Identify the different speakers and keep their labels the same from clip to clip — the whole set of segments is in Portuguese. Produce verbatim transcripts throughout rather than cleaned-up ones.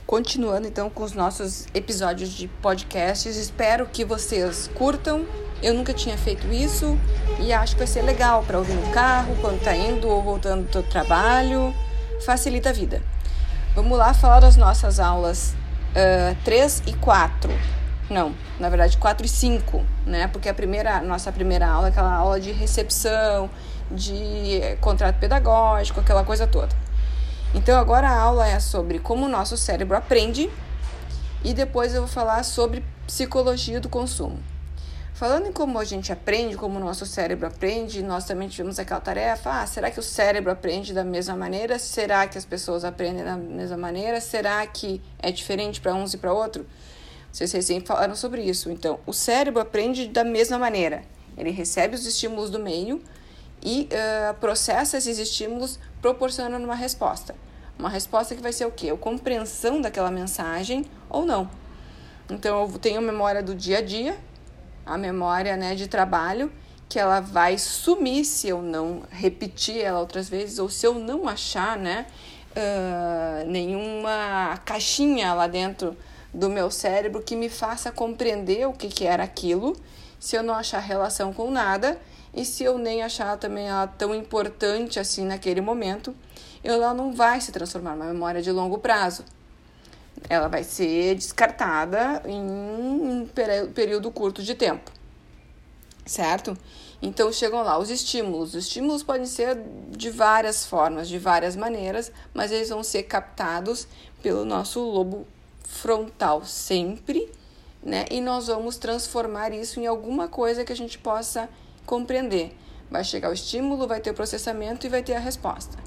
Speaker 1: Continuando então com os nossos episódios de podcasts, espero que vocês curtam. Eu nunca tinha feito isso e acho que vai ser legal para ouvir no carro, quando tá indo ou voltando do trabalho, facilita a vida. Vamos lá falar das nossas aulas uh, três e quatro. Não, na verdade quatro e cinco, né? Porque a primeira, nossa primeira aula é aquela aula de recepção, de contrato pedagógico, aquela coisa toda. Então agora a aula é sobre como o nosso cérebro aprende e depois eu vou falar sobre psicologia do consumo. Falando em como a gente aprende, como o nosso cérebro aprende, nós também tivemos aquela tarefa, ah, será que o cérebro aprende da mesma maneira? Será que as pessoas aprendem da mesma maneira? Será que é diferente para uns e para outros? Vocês sempre falaram sobre isso. Então, o cérebro aprende da mesma maneira. Ele recebe os estímulos do meio e uh, processa esses estímulos proporcionando uma resposta. Uma resposta que vai ser o quê? A compreensão daquela mensagem ou não. Então, eu tenho a memória do dia a dia, a memória, né, de trabalho, que ela vai sumir se eu não repetir ela outras vezes ou se eu não achar, né, uh, nenhuma caixinha lá dentro do meu cérebro que me faça compreender o que, que era aquilo, se eu não achar relação com nada e se eu nem achar também ela tão importante assim naquele momento, ela não vai se transformar numa memória de longo prazo. Ela vai ser descartada em um período curto de tempo, certo? Então, chegam lá os estímulos. Os estímulos podem ser de várias formas, de várias maneiras, mas eles vão ser captados pelo nosso lobo frontal sempre, né? E nós vamos transformar isso em alguma coisa que a gente possa compreender. Vai chegar o estímulo, vai ter o processamento e vai ter a resposta.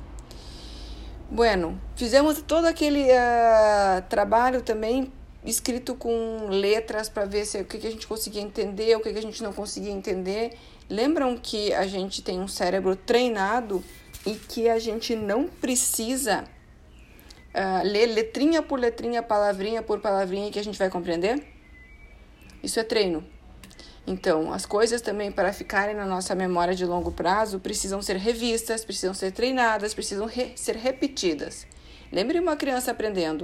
Speaker 1: Bueno, fizemos todo aquele uh, trabalho também escrito com letras para ver se, o que, que a gente conseguia entender, o que, que a gente não conseguia entender. Lembram que a gente tem um cérebro treinado e que a gente não precisa uh, ler letrinha por letrinha, palavrinha por palavrinha que a gente vai compreender? Isso é treino. Então, as coisas também, para ficarem na nossa memória de longo prazo, precisam ser revistas, precisam ser treinadas, precisam re- ser repetidas. Lembre uma criança aprendendo.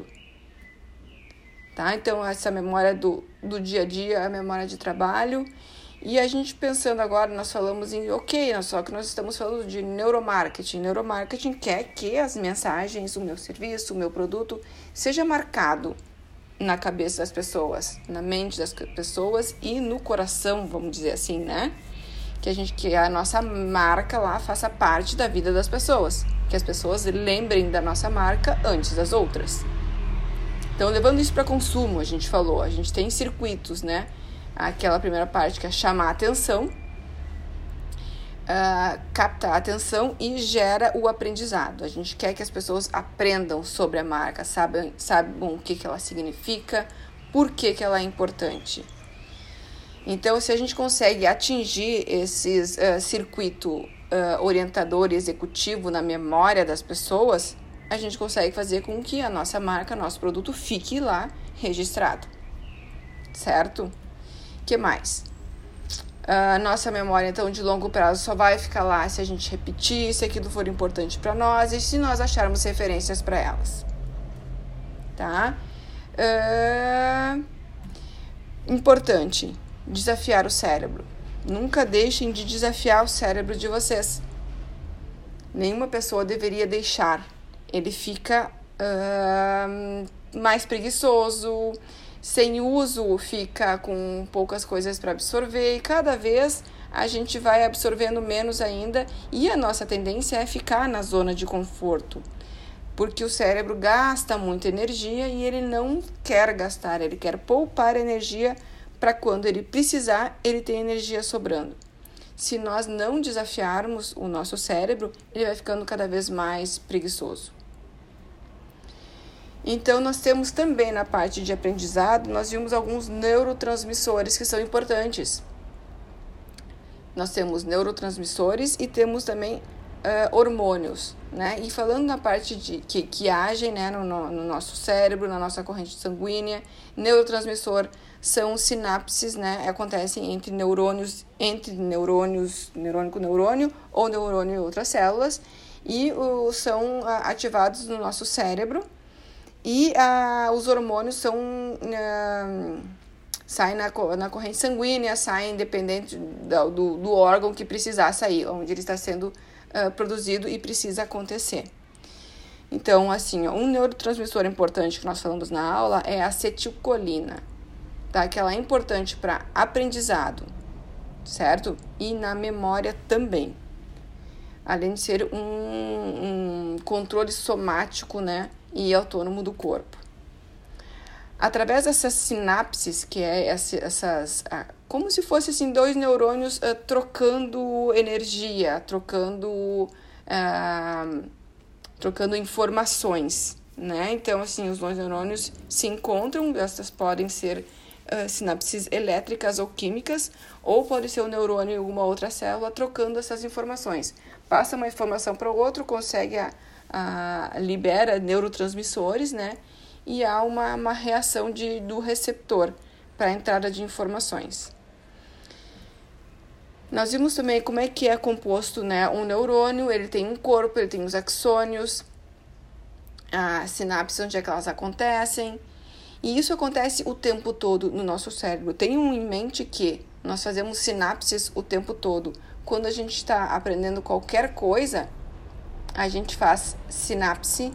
Speaker 1: Tá? Então, essa memória do, do dia a dia, a memória de trabalho. E a gente pensando agora, nós falamos em, ok, só que nós estamos falando de neuromarketing. Neuromarketing quer que as mensagens, o meu serviço, o meu produto, seja marcado na cabeça das pessoas, na mente das pessoas e no coração, vamos dizer assim, né? Que a gente, que a nossa marca lá faça parte da vida das pessoas, que as pessoas lembrem da nossa marca antes das outras. Então, levando isso para consumo, a gente falou, a gente tem circuitos, né? Aquela primeira parte que é chamar a atenção, Uh, capta a atenção e gera o aprendizado. A gente quer que as pessoas aprendam sobre a marca, saibam, saibam o que, que ela significa, por que, que ela é importante. Então, se a gente consegue atingir esses uh, circuito uh, orientador e executivo na memória das pessoas, a gente consegue fazer com que a nossa marca, nosso produto fique lá registrado. Certo? O que mais? A uh, nossa memória, então, de longo prazo só vai ficar lá se a gente repetir, se aquilo for importante para nós e se nós acharmos referências para elas. Tá? Uh, importante, desafiar o cérebro. Nunca deixem de desafiar o cérebro de vocês. Nenhuma pessoa deveria deixar. Ele fica uh, mais preguiçoso, sem uso, fica com poucas coisas para absorver e cada vez a gente vai absorvendo menos ainda e a nossa tendência é ficar na zona de conforto, porque o cérebro gasta muita energia e ele não quer gastar, ele quer poupar energia para quando ele precisar, ele tem energia sobrando. Se nós não desafiarmos o nosso cérebro, ele vai ficando cada vez mais preguiçoso. Então, nós temos também na parte de aprendizado, nós vimos alguns neurotransmissores que são importantes. Nós temos neurotransmissores e temos também uh, hormônios, né? E falando na parte de que, que agem, né, no, no nosso cérebro, na nossa corrente sanguínea, neurotransmissor são sinapses, né? Acontecem entre neurônios, entre neurônios, neurônio com neurônio ou neurônio e outras células e uh, são uh, ativados no nosso cérebro. E ah, os hormônios são, ah, saem na, na corrente sanguínea, saem independente do, do, do órgão que precisar sair, onde ele está sendo ah, produzido e precisa acontecer. Então, assim, ó, um neurotransmissor importante que nós falamos na aula é a acetilcolina, tá? Que ela é importante para aprendizado, certo? E na memória também. Além de ser um, um controle somático, né, e autônomo do corpo. Através dessas sinapses, que é essas, ah, como se fosse assim, dois neurônios ah, trocando energia, trocando, ah, trocando informações, né? Então, assim, os dois neurônios se encontram, essas podem ser Uh, sinapses elétricas ou químicas, ou pode ser um neurônio e alguma outra célula trocando essas informações. Passa uma informação para o outro, consegue, a, a, libera neurotransmissores, né? E há uma, uma reação de, do receptor para a entrada de informações. Nós vimos também como é que é composto, né, um neurônio. Ele tem um corpo, ele tem os axônios, as sinapses, onde é que elas acontecem. E isso acontece o tempo todo no nosso cérebro. Tenham em mente que nós fazemos sinapses o tempo todo. Quando a gente está aprendendo qualquer coisa, a gente faz sinapse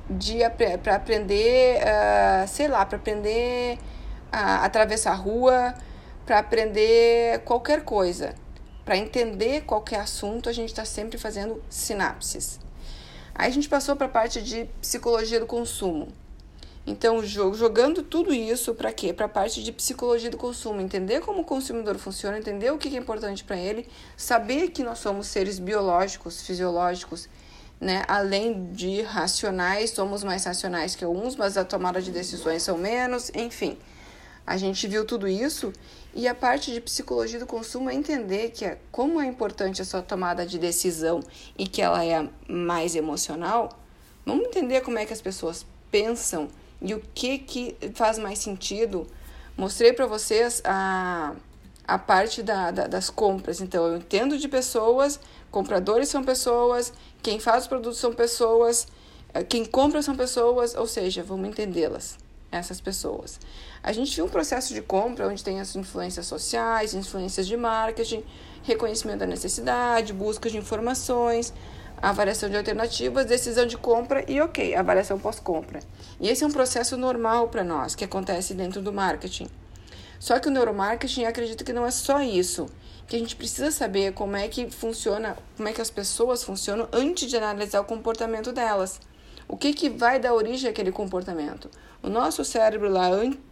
Speaker 1: para aprender, uh, sei lá, para aprender a atravessar a rua, para aprender qualquer coisa. Para entender qualquer assunto, a gente está sempre fazendo sinapses. Aí a gente passou para a parte de psicologia do consumo. Então, jogando tudo isso para quê? Para a parte de psicologia do consumo, entender como o consumidor funciona, entender o que é importante para ele, saber que nós somos seres biológicos, fisiológicos, né? Além de racionais, somos mais racionais que alguns, mas a tomada de decisões são menos, enfim. A gente viu tudo isso e a parte de psicologia do consumo é entender que é, como é importante a sua tomada de decisão e que ela é mais emocional. Vamos entender como é que as pessoas pensam e o que, que faz mais sentido. Mostrei para vocês a, a parte da, da, das compras. Então, eu entendo de pessoas, compradores são pessoas, quem faz os produtos são pessoas, quem compra são pessoas, ou seja, vamos entendê-las, essas pessoas. A gente viu um processo de compra onde tem as influências sociais, influências de marketing, reconhecimento da necessidade, busca de informações, avaliação de alternativas, decisão de compra e, ok, avaliação pós-compra. E esse é um processo normal para nós, que acontece dentro do marketing. Só que o neuromarketing acredita que não é só isso, que a gente precisa saber como é que funciona, como é que as pessoas funcionam antes de analisar o comportamento delas. O que, que vai dar origem àquele comportamento? O nosso cérebro lá,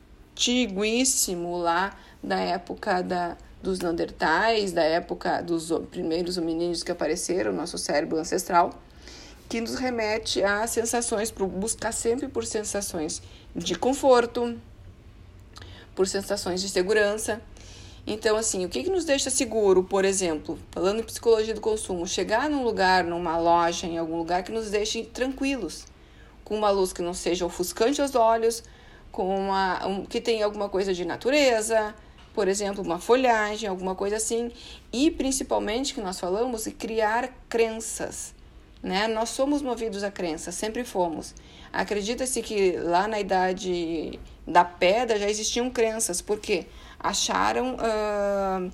Speaker 1: antiguíssimo, lá da época da... dos neandertais, da época dos primeiros hominídeos que apareceram, nosso cérebro ancestral, que nos remete a sensações, para buscar sempre por sensações de conforto, por sensações de segurança. Então, assim, o que, que nos deixa seguro, por exemplo, falando em psicologia do consumo, chegar num lugar, numa loja, em algum lugar que nos deixe tranquilos, com uma luz que não seja ofuscante aos olhos, com uma, um, que tenha alguma coisa de natureza, por exemplo, uma folhagem, alguma coisa assim, e principalmente, que nós falamos, criar crenças, né? Nós somos movidos a crenças, sempre fomos. Acredita-se que lá na idade da pedra já existiam crenças, porque acharam uh,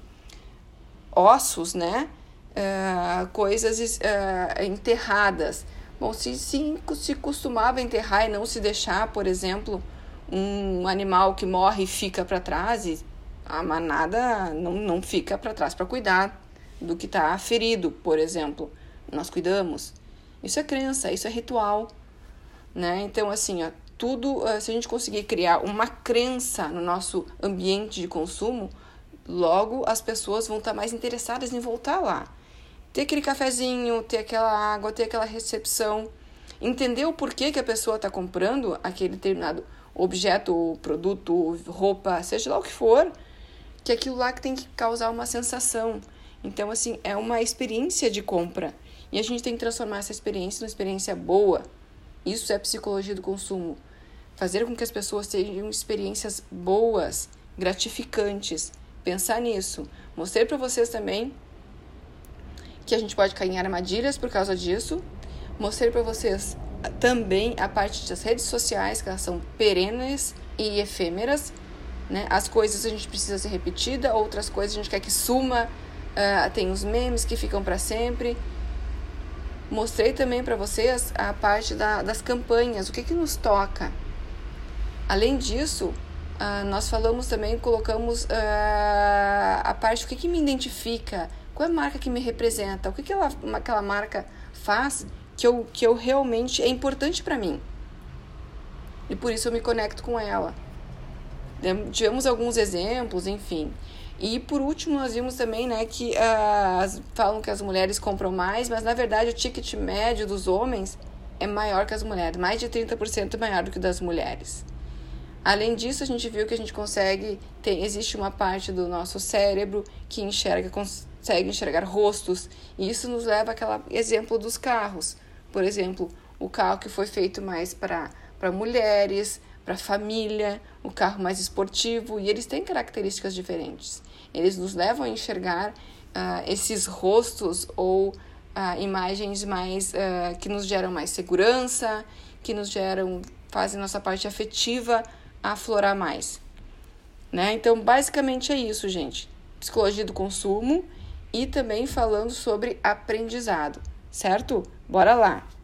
Speaker 1: ossos, né? Uh, coisas uh, enterradas. Bom, se, se, se costumava enterrar e não se deixar, por exemplo, um animal que morre e fica para trás, e a manada não, não fica para trás para cuidar do que está ferido, por exemplo. Nós cuidamos. Isso é crença, isso é ritual, né? Então, assim, ó, tudo, se a gente conseguir criar uma crença no nosso ambiente de consumo, logo as pessoas vão estar mais interessadas em voltar lá. Ter aquele cafezinho, ter aquela água, ter aquela recepção, entender o porquê que a pessoa está comprando aquele determinado objeto, produto, roupa, seja lá o que for, que é aquilo lá que tem que causar uma sensação. Então, assim, é uma experiência de compra. E a gente tem que transformar essa experiência numa experiência boa. Isso é psicologia do consumo. Fazer com que as pessoas tenham experiências boas, gratificantes. Pensar nisso. Mostrei para vocês também que a gente pode cair em armadilhas por causa disso. Mostrei para vocês também a parte das redes sociais, que elas são perenes e efêmeras, né? As coisas a gente precisa ser repetida, outras coisas a gente quer que suma, uh, tem os memes que ficam para sempre. Mostrei também para vocês a parte da, das campanhas, o que que nos toca. Além disso, uh, nós falamos também, colocamos uh, a parte, o que que me identifica, qual é a marca que me representa, o que que ela, aquela marca faz que eu, que eu realmente é importante para mim. E por isso eu me conecto com ela. Tivemos alguns exemplos, enfim. E por último nós vimos também, né, que uh, as, falam que as mulheres compram mais, mas na verdade o ticket médio dos homens é maior que as mulheres, mais de trinta por cento maior do que o das mulheres. Além disso, a gente viu que a gente consegue, tem, existe uma parte do nosso cérebro que enxerga, consegue enxergar rostos, e isso nos leva àquele exemplo dos carros. Por exemplo, o carro que foi feito mais para para mulheres, para família, o carro mais esportivo, e eles têm características diferentes. Eles nos levam a enxergar uh, esses rostos ou uh, imagens mais uh, que nos geram mais segurança, que nos geram, fazem nossa parte afetiva aflorar mais, né? Então, basicamente é isso, gente. Psicologia do consumo e também falando sobre aprendizado, certo? Bora lá!